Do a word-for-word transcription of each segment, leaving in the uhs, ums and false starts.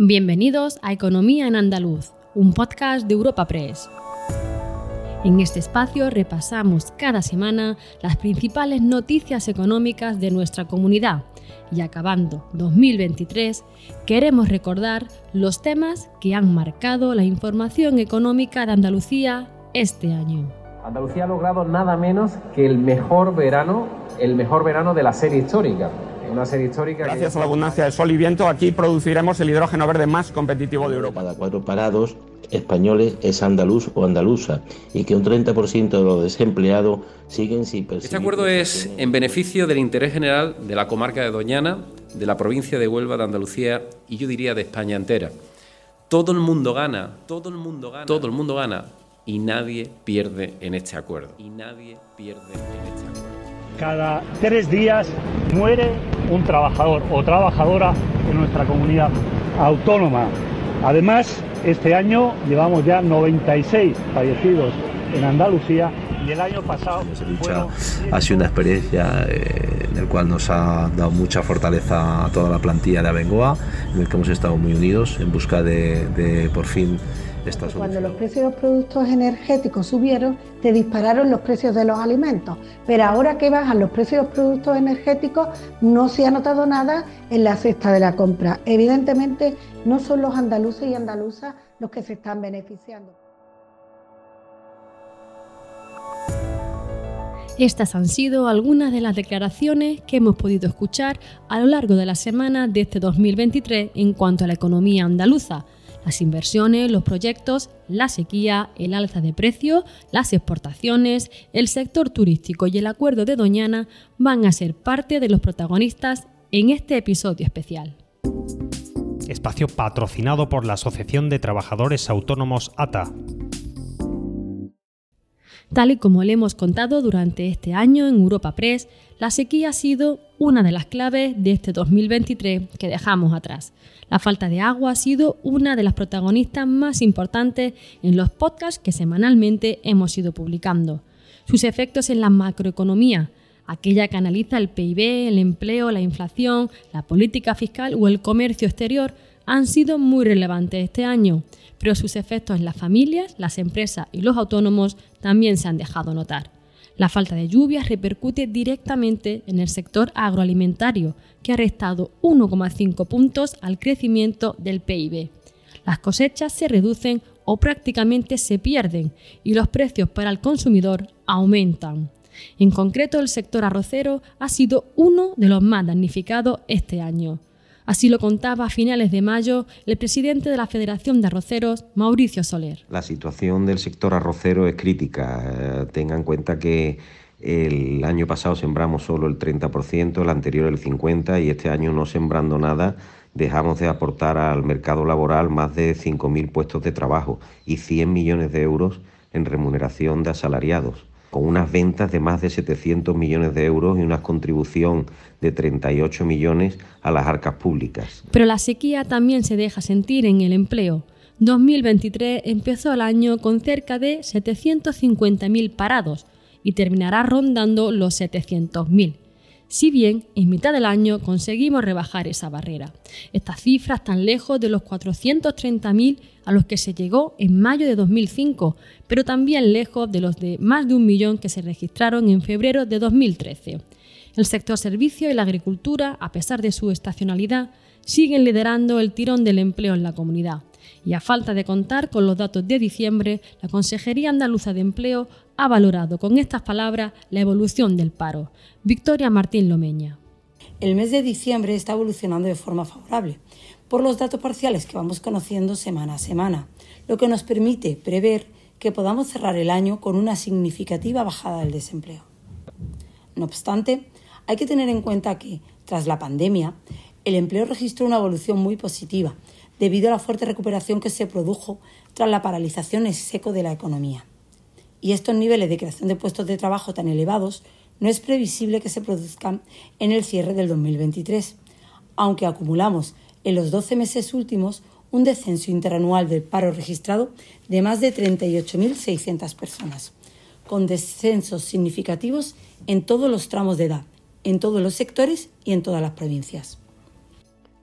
Bienvenidos a Economía en Andaluz, un podcast de Europa Press. En este espacio repasamos cada semana las principales noticias económicas de nuestra comunidad y acabando dos mil veintitrés queremos recordar los temas que han marcado la información económica de Andalucía este año. Andalucía ha logrado nada menos que el mejor verano, el mejor verano de la serie histórica. Una serie histórica. Gracias que... a la abundancia de sol y viento, aquí produciremos el hidrógeno verde más competitivo de Europa. Cada cuatro parados españoles es andaluz o andaluza y que un treinta por ciento de los desempleados siguen sin percibir. Este acuerdo es en beneficio del interés general de la comarca de Doñana, de la provincia de Huelva, de Andalucía y yo diría de España entera. Todo el mundo gana, todo el mundo gana, todo el mundo gana y nadie pierde en este acuerdo. Y nadie pierde en este acuerdo. Cada tres días muere un trabajador o trabajadora en nuestra comunidad autónoma. Además, este año llevamos ya noventa y seis fallecidos en Andalucía y el año pasado... Esa lucha ha sido una experiencia eh, en la cual nos ha dado mucha fortaleza a toda la plantilla de Abengoa, en el que hemos estado muy unidos en busca de, de por fin... Cuando los precios de los productos energéticos subieron, te dispararon los precios de los alimentos. Pero ahora que bajan los precios de los productos energéticos, no se ha notado nada en la cesta de la compra. Evidentemente, no son los andaluces y andaluzas los que se están beneficiando. Estas han sido algunas de las declaraciones que hemos podido escuchar a lo largo de la semana de este dos mil veintitrés en cuanto a la economía andaluza. Las inversiones, los proyectos, la sequía, el alza de precios, las exportaciones, el sector turístico y el acuerdo de Doñana van a ser parte de los protagonistas en este episodio especial. Espacio patrocinado por la Asociación de Trabajadores Autónomos A T A. Tal y como le hemos contado durante este año en Europa Press, la sequía ha sido una de las claves de este dos mil veintitrés que dejamos atrás. La falta de agua ha sido una de las protagonistas más importantes en los podcasts que semanalmente hemos ido publicando. Sus efectos en la macroeconomía, aquella que analiza el P I B, el empleo, la inflación, la política fiscal o el comercio exterior, han sido muy relevantes este año, pero sus efectos en las familias, las empresas y los autónomos también se han dejado notar. La falta de lluvias repercute directamente en el sector agroalimentario, que ha restado uno coma cinco puntos al crecimiento del P I B. Las cosechas se reducen o prácticamente se pierden y los precios para el consumidor aumentan. En concreto, el sector arrocero ha sido uno de los más damnificados este año. Así lo contaba a finales de mayo el presidente de la Federación de Arroceros, Mauricio Soler. La situación del sector arrocero es crítica. Eh, tengan en cuenta que el año pasado sembramos solo el treinta por ciento, el anterior el cincuenta por ciento y este año no sembrando nada dejamos de aportar al mercado laboral más de cinco mil puestos de trabajo y cien millones de euros en remuneración de asalariados, con unas ventas de más de setecientos millones de euros y una contribución de treinta y ocho millones a las arcas públicas. Pero la sequía también se deja sentir en el empleo. dos mil veintitrés empezó el año con cerca de setecientos cincuenta mil parados y terminará rondando los setecientos mil. Si bien en mitad del año conseguimos rebajar esa barrera. Estas cifras están lejos de los cuatrocientos treinta mil a los que se llegó en mayo de dos mil cinco, pero también lejos de los de más de un millón que se registraron en febrero de dos mil trece. El sector servicios y la agricultura, a pesar de su estacionalidad, siguen liderando el tirón del empleo en la comunidad. Y a falta de contar con los datos de diciembre, la Consejería Andaluza de Empleo ha valorado con estas palabras la evolución del paro. Victoria Martín Lomeña. El mes de diciembre está evolucionando de forma favorable, por los datos parciales que vamos conociendo semana a semana, lo que nos permite prever que podamos cerrar el año con una significativa bajada del desempleo. No obstante, hay que tener en cuenta que, tras la pandemia, el empleo registró una evolución muy positiva, debido a la fuerte recuperación que se produjo tras la paralización en seco de la economía. Y estos niveles de creación de puestos de trabajo tan elevados no es previsible que se produzcan en el cierre del dos mil veintitrés, aunque acumulamos en los doce meses últimos un descenso interanual del paro registrado de más de treinta y ocho mil seiscientas personas, con descensos significativos en todos los tramos de edad, en todos los sectores y en todas las provincias.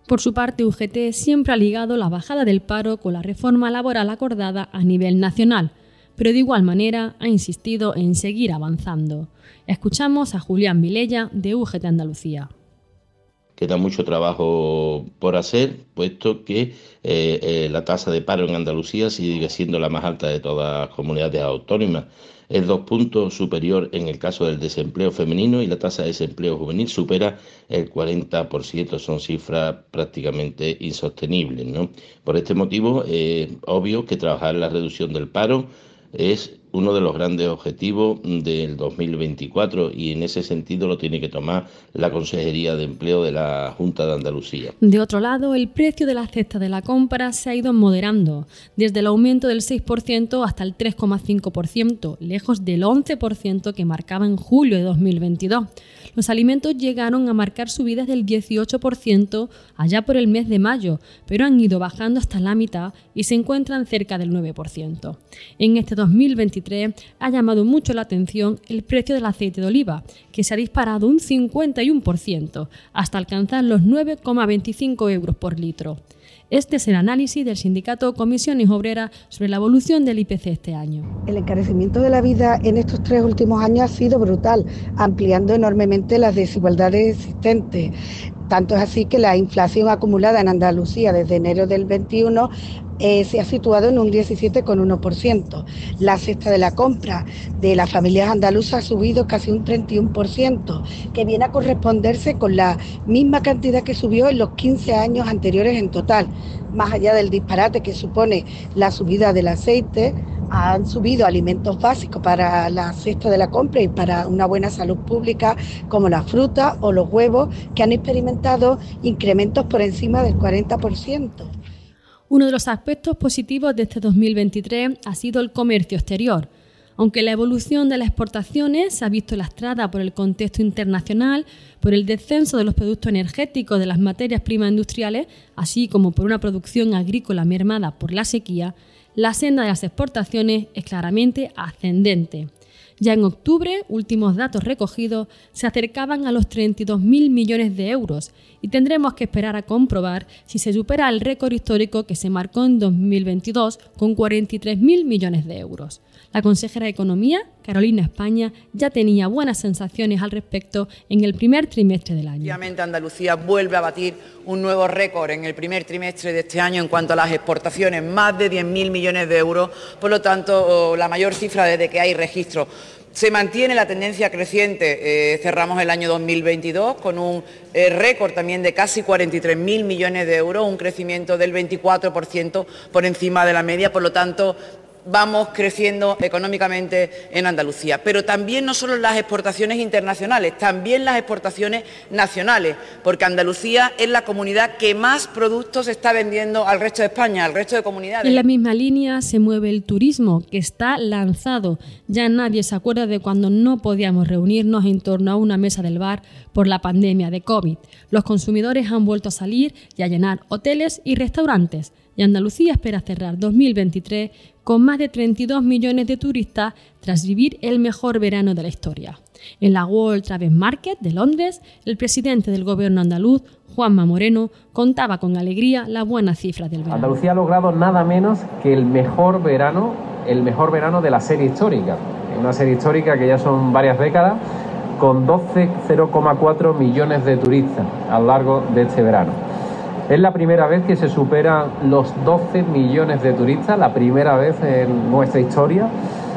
Por su parte, U G T siempre ha ligado la bajada del paro con la reforma laboral acordada a nivel nacional, pero de igual manera ha insistido en seguir avanzando. Escuchamos a Julián Vilella, de U G T Andalucía. Queda mucho trabajo por hacer, puesto que eh, eh, la tasa de paro en Andalucía sigue siendo la más alta de todas las comunidades autónomas. Es dos puntos superior en el caso del desempleo femenino y la tasa de desempleo juvenil supera el cuarenta por ciento. Son cifras prácticamente insostenibles, ¿no? Por este motivo, es eh, obvio que trabajar en la reducción del paro es uno de los grandes objetivos del dos mil veinticuatro y en ese sentido lo tiene que tomar la Consejería de Empleo de la Junta de Andalucía. De otro lado, el precio de la cesta de la compra se ha ido moderando, desde el aumento del seis por ciento hasta el tres coma cinco por ciento, lejos del once por ciento que marcaba en julio de dos mil veintidós. Los alimentos llegaron a marcar subidas del dieciocho por ciento allá por el mes de mayo, pero han ido bajando hasta la mitad y se encuentran cerca del nueve por ciento. En este dos mil veintitrés ha llamado mucho la atención el precio del aceite de oliva, que se ha disparado un cincuenta y uno por ciento hasta alcanzar los nueve coma veinticinco euros por litro. Este es el análisis del sindicato Comisiones Obreras sobre la evolución del I P C este año. El encarecimiento de la vida en estos tres últimos años ha sido brutal, ampliando enormemente las desigualdades existentes. Tanto es así que la inflación acumulada en Andalucía desde enero del veintiuno eh, se ha situado en un diecisiete coma uno por ciento. La cesta de la compra de las familias andaluzas ha subido casi un treinta y uno por ciento, que viene a corresponderse con la misma cantidad que subió en los quince años anteriores en total. Más allá del disparate que supone la subida del aceite, han subido alimentos básicos para la cesta de la compra y para una buena salud pública, como la fruta o los huevos, que han experimentado incrementos por encima del cuarenta por ciento. Uno de los aspectos positivos de este dos mil veintitrés ha sido el comercio exterior. Aunque la evolución de las exportaciones se ha visto lastrada por el contexto internacional, por el descenso de los productos energéticos de las materias primas industriales, así como por una producción agrícola mermada por la sequía, la senda de las exportaciones es claramente ascendente. Ya en octubre, últimos datos recogidos, se acercaban a los treinta y dos mil millones de euros y tendremos que esperar a comprobar si se supera el récord histórico que se marcó en dos mil veintidós con cuarenta y tres mil millones de euros. La consejera de Economía, Carolina España, ya tenía buenas sensaciones al respecto en el primer trimestre del año. Efectivamente, Andalucía vuelve a batir un nuevo récord en el primer trimestre de este año en cuanto a las exportaciones, más de diez mil millones de euros, por lo tanto, la mayor cifra desde que hay registro. Se mantiene la tendencia creciente, eh, cerramos el año dos mil veintidós con un eh, récord también de casi cuarenta y tres mil millones de euros, un crecimiento del veinticuatro por ciento por encima de la media, por lo tanto, vamos creciendo económicamente en Andalucía. Pero también no solo las exportaciones internacionales, también las exportaciones nacionales, porque Andalucía es la comunidad que más productos está vendiendo al resto de España, al resto de comunidades. En la misma línea se mueve el turismo, que está lanzado. Ya nadie se acuerda de cuando no podíamos reunirnos en torno a una mesa del bar por la pandemia de COVID. Los consumidores han vuelto a salir y a llenar hoteles y restaurantes. Y Andalucía espera cerrar dos mil veintitrés con más de treinta y dos millones de turistas tras vivir el mejor verano de la historia. En la World Travel Market de Londres, el presidente del gobierno andaluz, Juanma Moreno, contaba con alegría las buenas cifras del verano. Andalucía ha logrado nada menos que el mejor verano, el mejor verano de la serie histórica. Una serie histórica que ya son varias décadas, con doce coma cuatro millones de turistas a lo largo de este verano. Es la primera vez que se superan los doce millones de turistas, la primera vez en nuestra historia.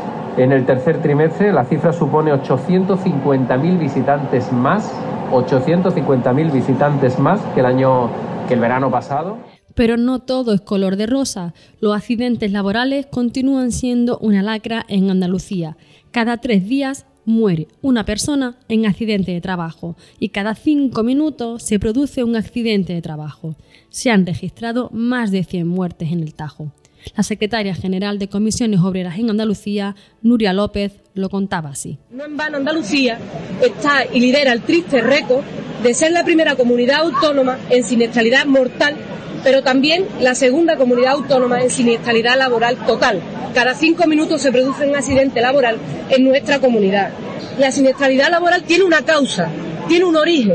En el tercer trimestre la cifra supone ochocientos cincuenta mil visitantes más, ochocientos cincuenta mil visitantes más que el año, que el verano pasado. Pero no todo es color de rosa. Los accidentes laborales continúan siendo una lacra en Andalucía. Cada tres días muere una persona en accidente de trabajo y cada cinco minutos se produce un accidente de trabajo. Se han registrado más de cien muertes en el Tajo. La secretaria general de Comisiones Obreras en Andalucía, Nuria López, lo contaba así. No en vano Andalucía está y lidera el triste récord de ser la primera comunidad autónoma en siniestralidad mortal, pero también la segunda comunidad autónoma en siniestralidad laboral total. Cada cinco minutos se produce un accidente laboral en nuestra comunidad. La siniestralidad laboral tiene una causa, tiene un origen,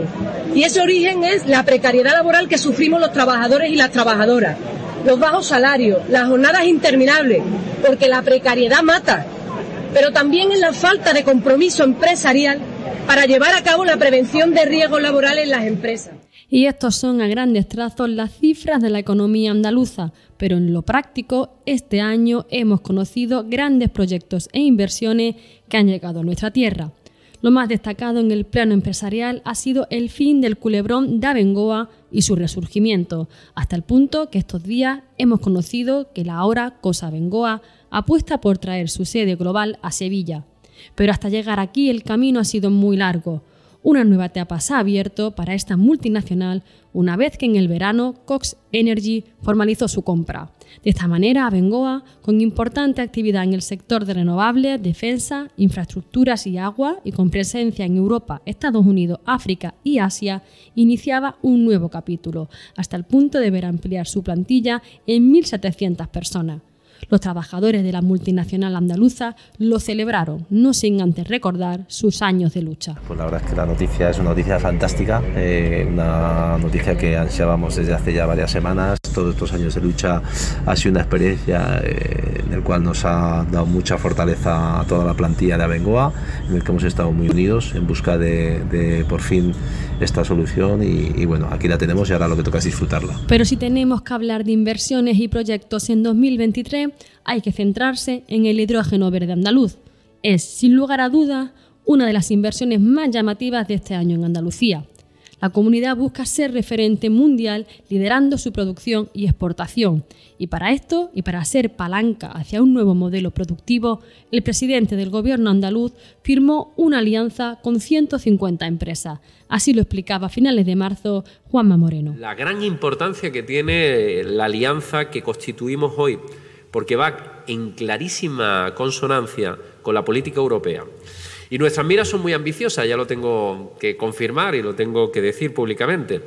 Y ese origen es la precariedad laboral que sufrimos los trabajadores y las trabajadoras, los bajos salarios, las jornadas interminables, porque la precariedad mata, pero también en la falta de compromiso empresarial para llevar a cabo la prevención de riesgos laborales en las empresas. Y estos son a grandes trazos las cifras de la economía andaluza, pero en lo práctico, este año hemos conocido grandes proyectos e inversiones que han llegado a nuestra tierra. Lo más destacado en el plano empresarial ha sido el fin del culebrón de Abengoa y su resurgimiento, hasta el punto que estos días hemos conocido que la ahora Cosa Abengoa apuesta por traer su sede global a Sevilla. Pero hasta llegar aquí el camino ha sido muy largo. Una nueva etapa se ha abierto para esta multinacional una vez que en el verano Cox Energy formalizó su compra. De esta manera, Abengoa, con importante actividad en el sector de renovables, defensa, infraestructuras y agua, y con presencia en Europa, Estados Unidos, África y Asia, iniciaba un nuevo capítulo, hasta el punto de ver ampliar su plantilla en mil setecientas personas. Los trabajadores de la multinacional andaluza lo celebraron, no sin antes recordar sus años de lucha. Pues la verdad es que la noticia es una noticia fantástica, eh, una noticia que ansiábamos desde hace ya varias semanas. Todos estos años de lucha ha sido una experiencia eh, en el cual nos ha dado mucha fortaleza a toda la plantilla de Abengoa, en el que hemos estado muy unidos en busca de, de por fin esta solución y, y bueno, aquí la tenemos y ahora lo que toca es disfrutarla. Pero si tenemos que hablar de inversiones y proyectos en dos mil veintitrés, hay que centrarse en el hidrógeno verde andaluz. Es, sin lugar a dudas, una de las inversiones más llamativas de este año en Andalucía. La comunidad busca ser referente mundial liderando su producción y exportación. Y para esto, y para ser palanca hacia un nuevo modelo productivo, el presidente del gobierno andaluz firmó una alianza con ciento cincuenta empresas. Así lo explicaba a finales de marzo Juanma Moreno. La gran importancia que tiene la alianza que constituimos hoy, porque va en clarísima consonancia con la política europea. Y nuestras miras son muy ambiciosas, ya lo tengo que confirmar y lo tengo que decir públicamente.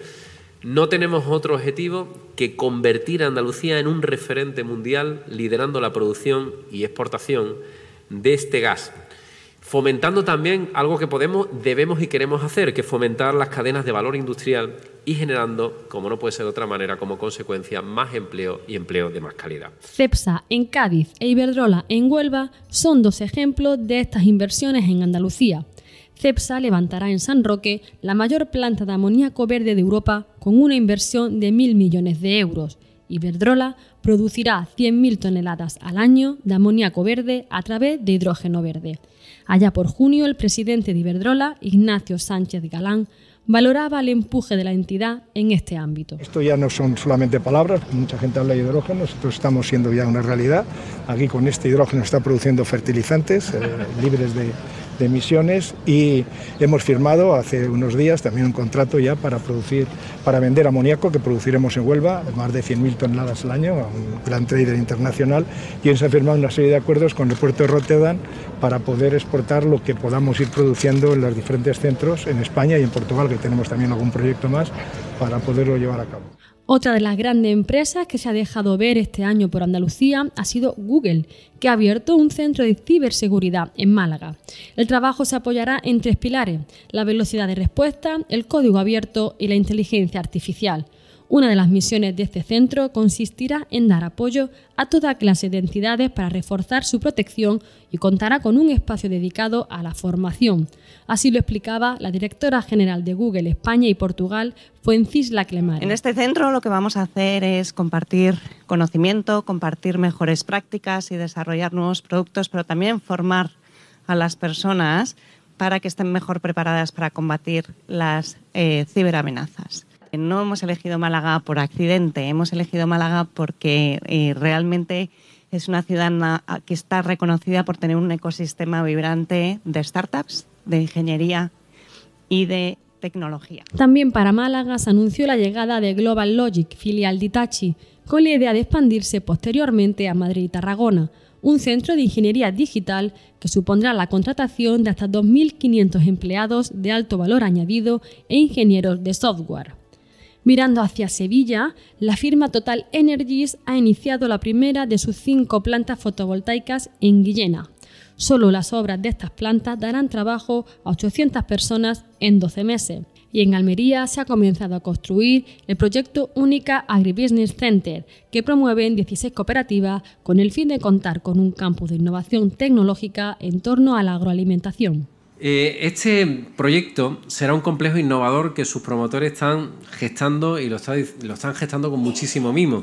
No tenemos otro objetivo que convertir a Andalucía en un referente mundial liderando la producción y exportación de este gas, fomentando también algo que podemos, debemos y queremos hacer, que es fomentar las cadenas de valor industrial y generando, como no puede ser de otra manera, como consecuencia, más empleo y empleo de más calidad. Cepsa en Cádiz e Iberdrola en Huelva son dos ejemplos de estas inversiones en Andalucía. Cepsa levantará en San Roque la mayor planta de amoníaco verde de Europa con una inversión de mil millones de euros. Iberdrola producirá cien mil toneladas al año de amoníaco verde a través de hidrógeno verde. Allá por junio, el presidente de Iberdrola, Ignacio Sánchez Galán, valoraba el empuje de la entidad en este ámbito. Esto ya no son solamente palabras, mucha gente habla de hidrógeno, nosotros estamos siendo ya una realidad. Aquí con este hidrógeno está produciendo fertilizantes eh, libres de, de emisiones y hemos firmado hace unos días también un contrato ya para producir, para vender amoníaco que produciremos en Huelva, más de cien mil toneladas al año, a un gran trader internacional, y se ha firmado una serie de acuerdos con el puerto de Rotterdam para poder exportar lo que podamos ir produciendo en los diferentes centros en España y en Portugal, que tenemos también algún proyecto más para poderlo llevar a cabo. Otra de las grandes empresas que se ha dejado ver este año por Andalucía ha sido Google, que ha abierto un centro de ciberseguridad en Málaga. El trabajo se apoyará en tres pilares: la velocidad de respuesta, el código abierto y la inteligencia artificial. Una de las misiones de este centro consistirá en dar apoyo a toda clase de entidades para reforzar su protección y contará con un espacio dedicado a la formación. Así lo explicaba la directora general de Google España y Portugal, Fuencisla Clemari. En este centro lo que vamos a hacer es compartir conocimiento, compartir mejores prácticas y desarrollar nuevos productos, pero también formar a las personas para que estén mejor preparadas para combatir las eh, ciberamenazas. No hemos elegido Málaga por accidente, hemos elegido Málaga porque eh, realmente es una ciudad que está reconocida por tener un ecosistema vibrante de startups, de ingeniería y de tecnología. También para Málaga se anunció la llegada de Global Logic, filial de Hitachi, con la idea de expandirse posteriormente a Madrid y Tarragona, un centro de ingeniería digital que supondrá la contratación de hasta dos mil quinientos empleados de alto valor añadido e ingenieros de software. Mirando hacia Sevilla, la firma Total Energies ha iniciado la primera de sus cinco plantas fotovoltaicas en Guillena. Solo las obras de estas plantas darán trabajo a ochocientas personas en doce meses. y en Almería se ha comenzado a construir el proyecto Única Agribusiness Center, que promueve en dieciséis cooperativas con el fin de contar con un campus de innovación tecnológica en torno a la agroalimentación. Este proyecto será un complejo innovador que sus promotores están gestando y lo, está, lo están gestando con muchísimo mimo.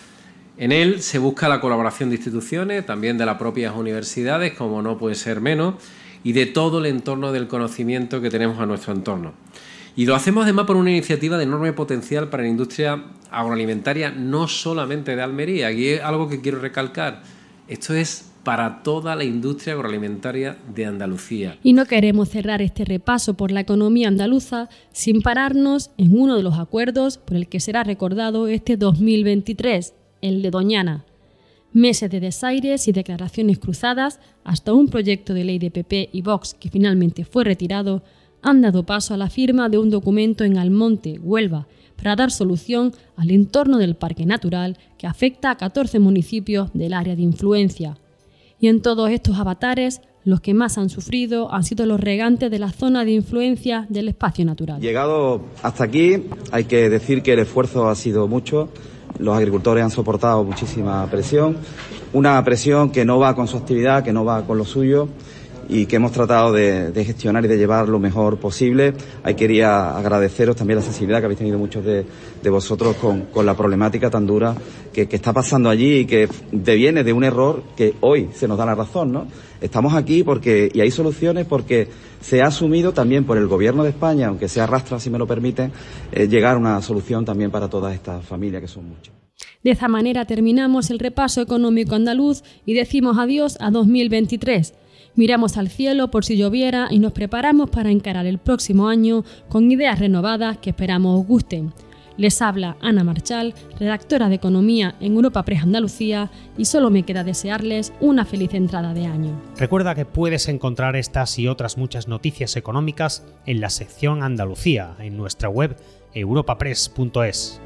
En él se busca la colaboración de instituciones, también de las propias universidades, como no puede ser menos, y de todo el entorno del conocimiento que tenemos a nuestro entorno. Y lo hacemos además por una iniciativa de enorme potencial para la industria agroalimentaria, no solamente de Almería. Aquí es algo que quiero recalcar. Esto es para toda la industria agroalimentaria de Andalucía. Y no queremos cerrar este repaso por la economía andaluza sin pararnos en uno de los acuerdos por el que será recordado este dos mil veintitrés, el de Doñana. Meses de desaires y declaraciones cruzadas, hasta un proyecto de ley de P P y Vox que finalmente fue retirado, han dado paso a la firma de un documento en Almonte, Huelva, para dar solución al entorno del parque natural que afecta a catorce municipios del área de influencia. Y en todos estos avatares, los que más han sufrido han sido los regantes de la zona de influencia del espacio natural. Llegado hasta aquí, hay que decir que el esfuerzo ha sido mucho. Los agricultores han soportado muchísima presión, una presión que no va con su actividad, que no va con lo suyo y que hemos tratado de, de gestionar y de llevar lo mejor posible. Ahí quería agradeceros también la sensibilidad que habéis tenido muchos de, de vosotros con, con la problemática tan dura que, que está pasando allí y que deviene de un error que hoy se nos da la razón, ¿no? Estamos aquí porque, y hay soluciones porque se ha asumido también por el Gobierno de España, aunque se arrastra, si me lo permiten, eh, llegar a una solución también para todas estas familias, que son muchas. De esta manera terminamos el repaso económico andaluz y decimos adiós a dos mil veintitrés. Miramos al cielo por si lloviera y nos preparamos para encarar el próximo año con ideas renovadas que esperamos os gusten. Les habla Ana Marchal, redactora de Economía en Europa Press Andalucía, y solo me queda desearles una feliz entrada de año. Recuerda que puedes encontrar estas y otras muchas noticias económicas en la sección Andalucía en nuestra web europapress punto es.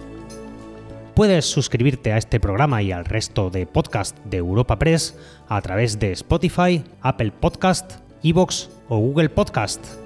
Puedes suscribirte a este programa y al resto de podcast de Europa Press a través de Spotify, Apple Podcast, iVoox o Google Podcast.